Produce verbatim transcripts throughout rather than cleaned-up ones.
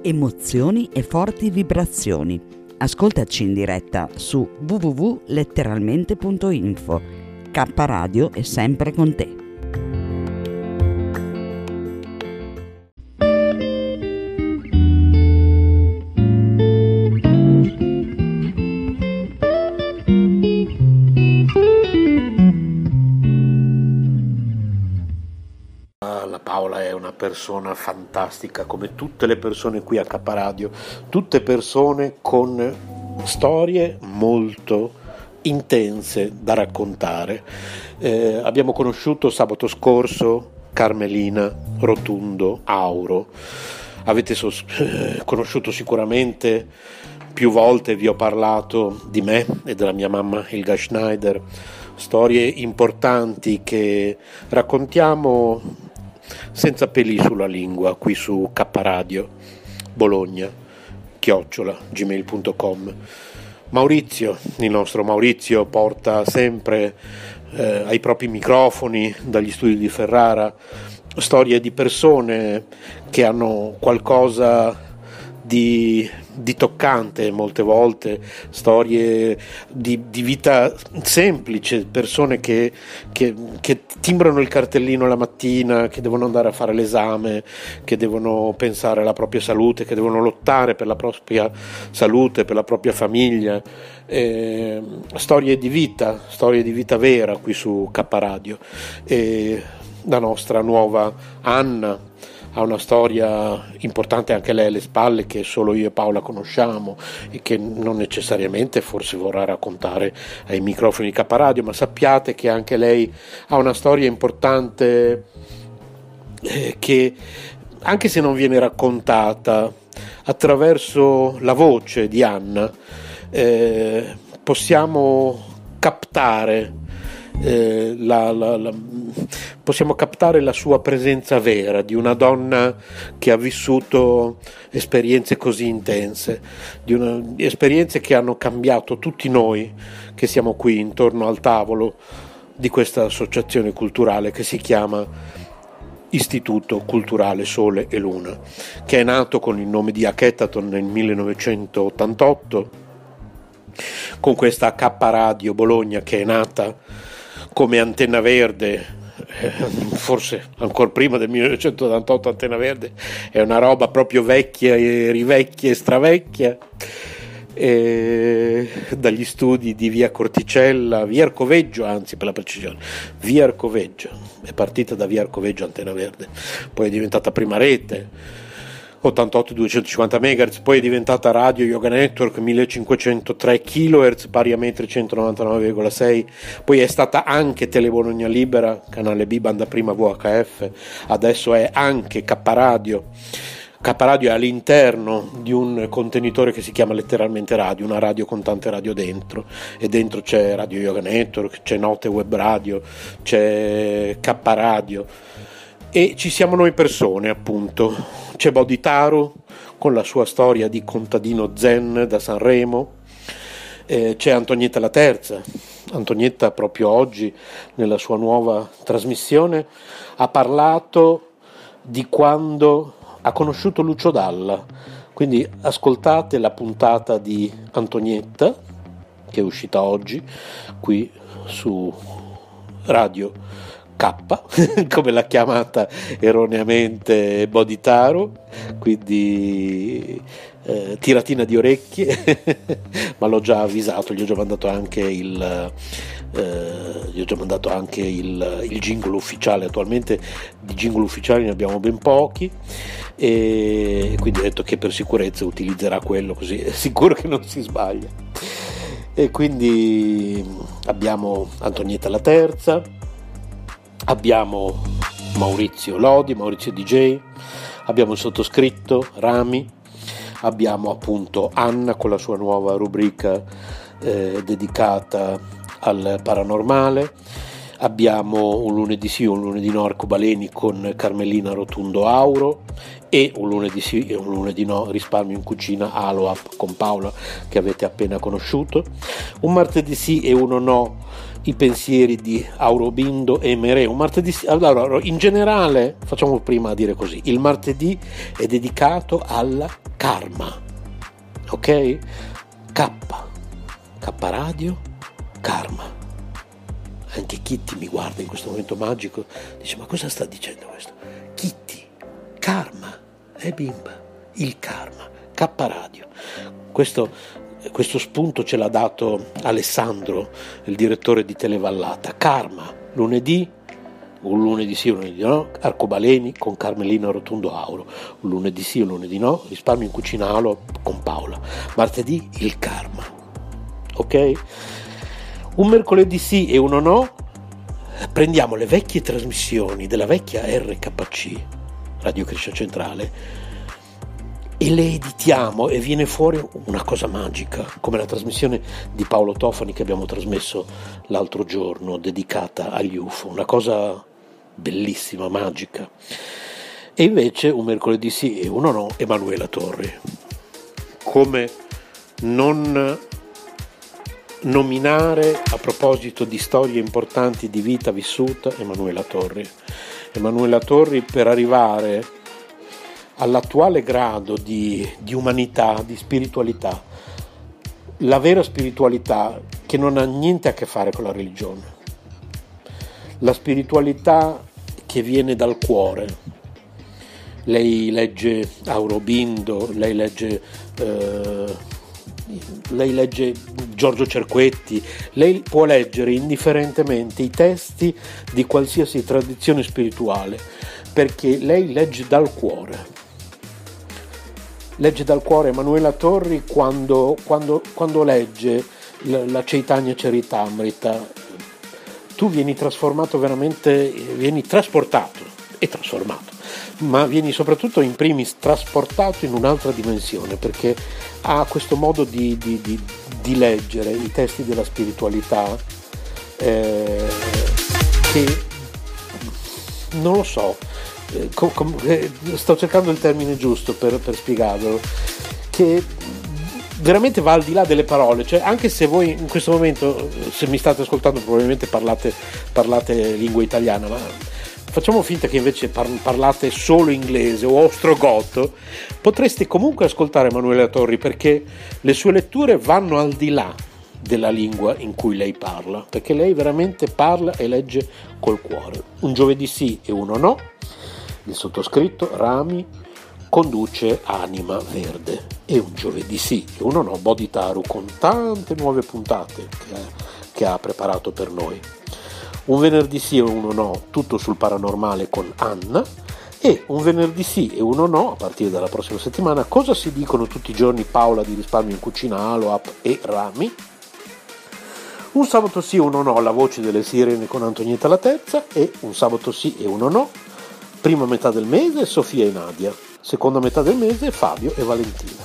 emozioni e forti vibrazioni. Ascoltaci in diretta su w w w punto letteralmente punto info. K Radio è sempre con te. Paola è una persona fantastica, come tutte le persone qui a K Radio, tutte persone con storie molto intense da raccontare. Eh, abbiamo conosciuto sabato scorso Carmelina Rotundo Auro, avete sos- eh, conosciuto sicuramente più volte, vi ho parlato di me e della mia mamma Helga Schneider, storie importanti che raccontiamo senza peli sulla lingua qui su K Radio Bologna chiocciola gmail punto com. Maurizio, il nostro Maurizio, porta sempre eh, ai propri microfoni dagli studi di Ferrara storie di persone che hanno qualcosa di, di toccante molte volte, storie di, di vita semplice, persone che, che, che timbrano il cartellino la mattina, che devono andare a fare l'esame, che devono pensare alla propria salute, che devono lottare per la propria salute, per la propria famiglia, eh, storie di vita, storie di vita vera qui su K Radio. E la nostra nuova Anna ha una storia importante anche lei alle spalle, che solo io e Paola conosciamo e che non necessariamente forse vorrà raccontare ai microfoni di K Radio, ma sappiate che anche lei ha una storia importante eh, che, anche se non viene raccontata, attraverso la voce di Anna eh, possiamo captare Eh, la, la, la, possiamo captare la sua presenza vera, di una donna che ha vissuto esperienze così intense, di una, esperienze che hanno cambiato tutti noi che siamo qui intorno al tavolo di questa associazione culturale che si chiama Istituto Culturale Sole e Luna, che è nato con il nome di Akhenaton nel millenovecentottantotto, con questa K Radio Bologna che è nata come Antenna Verde, eh, forse ancora prima del millenovecentottantotto. Antenna Verde è una roba proprio vecchia e rivecchia e stravecchia, e dagli studi di via Corticella, via Arcoveggio, anzi per la precisione, via Arcoveggio, è partita da via Arcoveggio Antenna Verde, poi è diventata Prima Rete ottantotto duecentocinquanta megahertz, poi è diventata Radio Yoga Network millecinquecentotre chilohertz pari a metri centonovantanove virgola sei, poi è stata anche Tele Bologna Libera, canale B, banda prima V H F, adesso è anche K Radio. K Radio è all'interno di un contenitore che si chiama letteralmente radio, una radio con tante radio dentro, e dentro c'è Radio Yoga Network, c'è Note Web Radio, c'è K Radio e ci siamo noi persone, appunto. C'è Bodhitaru con la sua storia di contadino zen da Sanremo, eh, c'è Antonietta la Terza. Antonietta proprio oggi nella sua nuova trasmissione ha parlato di quando ha conosciuto Lucio Dalla, quindi ascoltate la puntata di Antonietta che è uscita oggi qui su Radio K, come l'ha chiamata erroneamente Bodhitaru, quindi eh, tiratina di orecchie, ma l'ho già avvisato, gli ho già mandato anche il eh, gli ho già mandato anche il, il jingle ufficiale. Attualmente di jingle ufficiali ne abbiamo ben pochi e quindi ho detto che per sicurezza utilizzerà quello, così è sicuro che non si sbaglia. E quindi abbiamo Antonietta la Terza, abbiamo Maurizio Lodi, Maurizio D J, abbiamo il sottoscritto Rami, abbiamo appunto Anna con la sua nuova rubrica eh, dedicata al paranormale, abbiamo un lunedì sì, un lunedì no arcobaleni con Carmelina Rotundo Auro e un lunedì sì e un lunedì no risparmio in cucina Aloap con Paola che avete appena conosciuto, un martedì sì e uno no i pensieri di Aurobindo e Mereu. Martedì, allora, in generale, facciamo prima a dire così, il martedì è dedicato alla karma, ok? K, K Radio, karma. Anche Kitty mi guarda in questo momento magico, dice: ma cosa sta dicendo questo? Kitty, karma, eh bimba, il karma, K Radio. Questo, questo spunto ce l'ha dato Alessandro, il direttore di Televallata. Karma, lunedì, un lunedì sì, un lunedì no, arcobaleni con Carmelina Rotondo Auro, un lunedì sì, un lunedì no, risparmio in cucinalo con Paola. Martedì il karma, ok? Un mercoledì sì e uno no, prendiamo le vecchie trasmissioni della vecchia R K C, Radio Crescia Centrale, e le editiamo e viene fuori una cosa magica, come la trasmissione di Paolo Tofani che abbiamo trasmesso l'altro giorno, dedicata agli U F O, una cosa bellissima, magica. E invece un mercoledì sì e uno no, Emanuela Torri. Come non nominare, a proposito di storie importanti di vita vissuta, Emanuela Torri. Emanuela Torri, per arrivare all'attuale grado di, di umanità, di spiritualità, la vera spiritualità che non ha niente a che fare con la religione, la spiritualità che viene dal cuore. Lei legge Aurobindo, lei legge eh, lei legge Giorgio Cerquetti, lei può leggere indifferentemente i testi di qualsiasi tradizione spirituale, perché lei legge dal cuore. Legge dal cuore. Emanuela Torri, quando, quando, quando legge la, la Chaitanya Charitamrita, tu vieni trasformato veramente, vieni trasportato e trasformato, ma vieni soprattutto in primis trasportato in un'altra dimensione, perché ha questo modo di, di, di, di leggere i testi della spiritualità eh, che non lo so, eh, com, com, eh, sto cercando il termine giusto per, per spiegarlo, che veramente va al di là delle parole. Cioè, anche se voi in questo momento, se mi state ascoltando, probabilmente parlate, parlate lingua italiana, ma facciamo finta che invece parlate solo inglese o ostrogoto, potreste comunque ascoltare Emanuela Torri, perché le sue letture vanno al di là della lingua in cui lei parla, perché lei veramente parla e legge col cuore. Un giovedì sì e uno no, il sottoscritto Rami conduce Anima Verde, e un giovedì sì e uno no Bodhitaru, con tante nuove puntate che ha, che ha preparato per noi. Un venerdì sì e uno no, tutto sul paranormale con Anna, e un venerdì sì e uno no, a partire dalla prossima settimana, cosa si dicono tutti i giorni, Paola di Risparmio in Cucina, Aloap e Rami. Un sabato sì e uno no, La voce delle sirene con Antonietta La Terza, e un sabato sì e uno no, prima metà del mese Sofia e Nadia, seconda metà del mese Fabio e Valentina.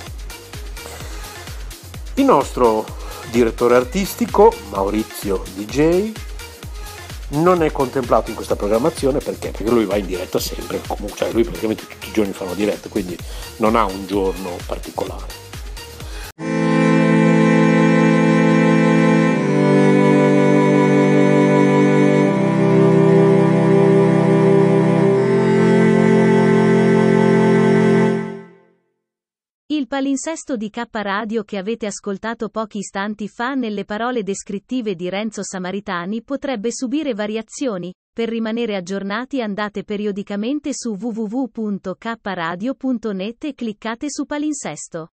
Il nostro direttore artistico Maurizio D J non è contemplato in questa programmazione, perché? Perché lui va in diretta sempre, comunque, cioè lui praticamente tutti i giorni fa una diretta, quindi non ha un giorno particolare. Il palinsesto di K Radio che avete ascoltato pochi istanti fa nelle parole descrittive di Renzo Samaritani potrebbe subire variazioni. Per rimanere aggiornati andate periodicamente su w w w punto k radio punto net e cliccate su palinsesto.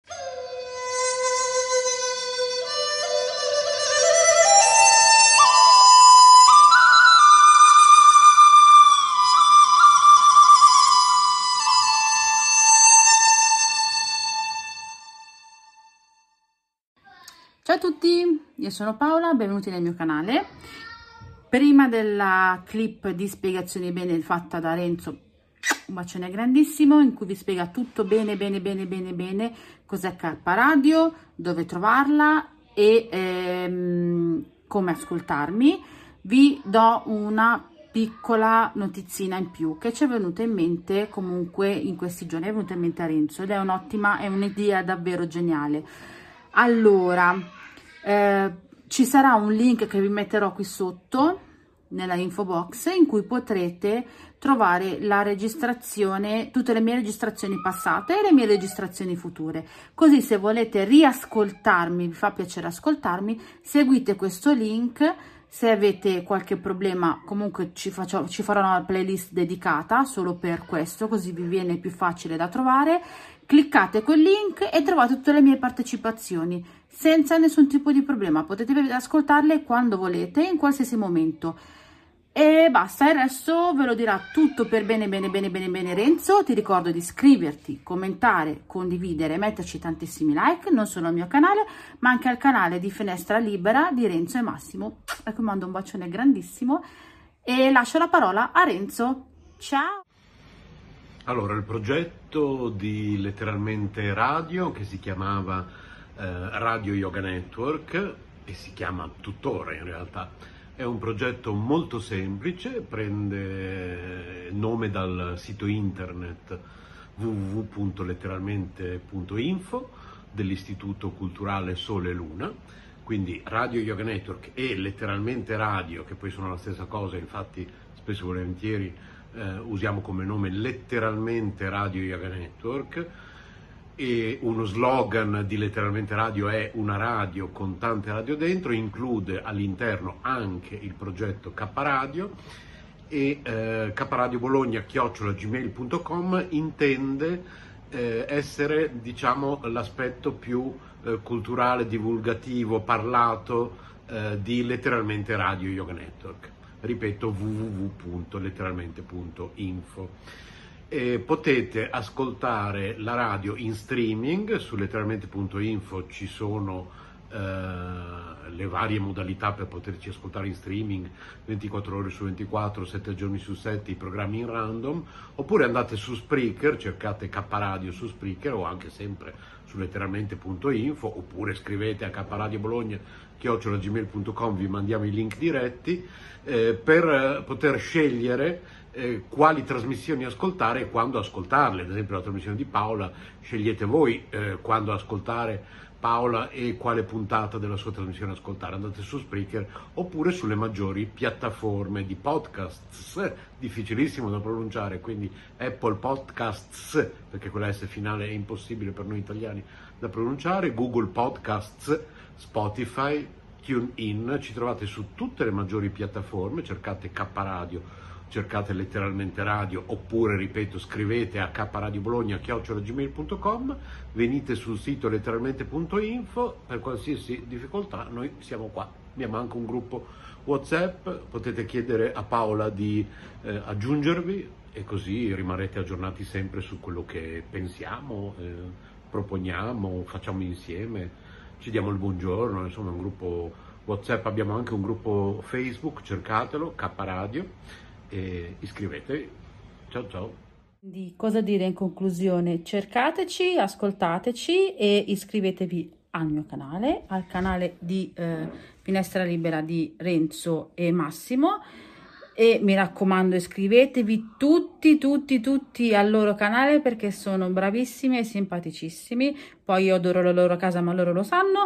Ciao a tutti, io sono Paola, benvenuti nel mio canale. Prima della clip di spiegazioni bene fatta da Renzo, un bacione grandissimo, in cui vi spiega tutto bene bene bene bene bene cos'è K Radio, dove trovarla e ehm, come ascoltarmi, vi do una piccola notizina in più che ci è venuta in mente comunque in questi giorni, è venuta in mente a Renzo ed è un'ottima, è un'idea davvero geniale. Allora, eh, Ci sarà un link che vi metterò qui sotto nella info box, in cui potrete trovare la registrazione, tutte le mie registrazioni passate e le mie registrazioni future, così se volete riascoltarmi, vi fa piacere ascoltarmi, seguite questo link. Se avete qualche problema, comunque ci, faccio, ci farò una playlist dedicata solo per questo, così vi viene più facile da trovare. Cliccate quel link e trovate tutte le mie partecipazioni senza nessun tipo di problema, potete ascoltarle quando volete, in qualsiasi momento. E basta, il resto ve lo dirà tutto per bene bene bene bene bene Renzo. Ti ricordo di iscriverti, commentare, condividere, metterci tantissimi like, non solo al mio canale ma anche al canale di Finestra Libera di Renzo e Massimo, a cui mando un bacione grandissimo e lascio la parola a Renzo. Ciao! Allora, il progetto di Letteralmente Radio, che si chiamava eh, Radio Yoga Network e si chiama tuttora in realtà, è un progetto molto semplice, prende nome dal sito internet w w w punto letteralmente punto info dell'Istituto Culturale Sole e Luna, quindi Radio Yoga Network e Letteralmente Radio, che poi sono la stessa cosa, infatti spesso e volentieri eh, usiamo come nome letteralmente Radio Yoga Network. E uno slogan di Letteralmente Radio è una radio con tante radio dentro, include all'interno anche il progetto K Radio e eh, kradiobologna chiocciola gmail punto com intende eh, essere, diciamo, l'aspetto più eh, culturale, divulgativo, parlato eh, di Letteralmente Radio Yoga Network. Ripeto, w w w punto letteralmente punto info. E potete ascoltare la radio in streaming, su letteralmente punto info ci sono eh, le varie modalità per poterci ascoltare in streaming ventiquattro ore su ventiquattro, sette giorni su sette, i programmi in random, oppure andate su Spreaker, cercate K Radio su Spreaker o anche sempre su letteralmente punto info, oppure scrivete a kradiobologna chiocciola gmail punto com, vi mandiamo i link diretti eh, per poter scegliere Eh, quali trasmissioni ascoltare e quando ascoltarle. Ad esempio la trasmissione di Paola, scegliete voi eh, quando ascoltare Paola e quale puntata della sua trasmissione ascoltare, andate su Spreaker oppure sulle maggiori piattaforme di podcasts, difficilissimo da pronunciare, quindi Apple Podcasts, perché quella S finale è impossibile per noi italiani da pronunciare, Google Podcasts, Spotify, TuneIn, ci trovate su tutte le maggiori piattaforme, cercate K Radio, cercate Letteralmente Radio, oppure, ripeto, scrivete a kradiobologna chiocciola gmail punto com, venite sul sito letteralmente punto info, per qualsiasi difficoltà noi siamo qua. Abbiamo anche un gruppo WhatsApp, potete chiedere a Paola di eh, aggiungervi e così rimarrete aggiornati sempre su quello che pensiamo, eh, proponiamo, facciamo insieme, ci diamo il buongiorno, insomma un gruppo WhatsApp, abbiamo anche un gruppo Facebook, cercatelo, K Radio, e iscrivetevi. Ciao ciao. Di cosa dire in conclusione? Cercateci, ascoltateci e iscrivetevi al mio canale, al canale di eh, Finestra Libera di Renzo e Massimo, e mi raccomando iscrivetevi tutti tutti tutti al loro canale perché sono bravissimi e simpaticissimi, poi io adoro la loro casa ma loro lo sanno.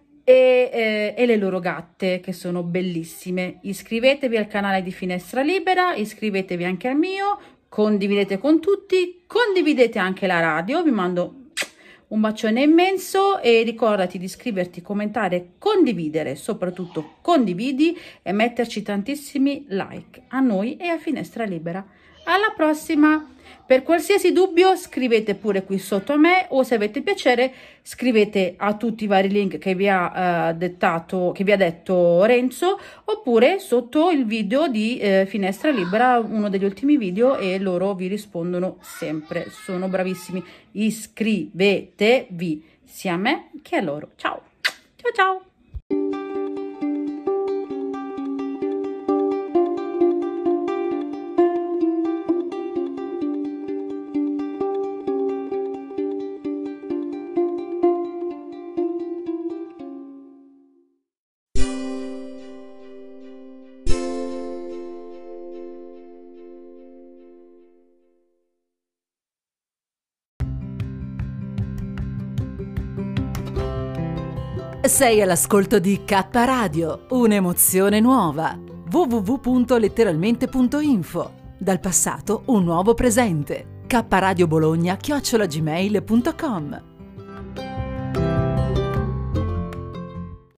E, eh, e le loro gatte che sono bellissime. Iscrivetevi al canale di Finestra Libera, iscrivetevi anche al mio, condividete con tutti, condividete anche la radio, vi mando un bacione immenso e ricordati di iscriverti, commentare, condividere, soprattutto condividi e metterci tantissimi like a noi e a Finestra Libera. Alla prossima! Per qualsiasi dubbio scrivete pure qui sotto a me, o se avete piacere scrivete a tutti i vari link che vi ha, eh, dettato, che vi ha detto Renzo, oppure sotto il video di eh, Finestra Libera, uno degli ultimi video, e loro vi rispondono sempre, sono bravissimi. Iscrivetevi sia a me che a loro. Ciao, ciao ciao! Sei all'ascolto di K Radio, un'emozione nuova. w w w punto letteralmente punto info. Dal passato un nuovo presente. K Radio Bologna chiocciola gmail punto com.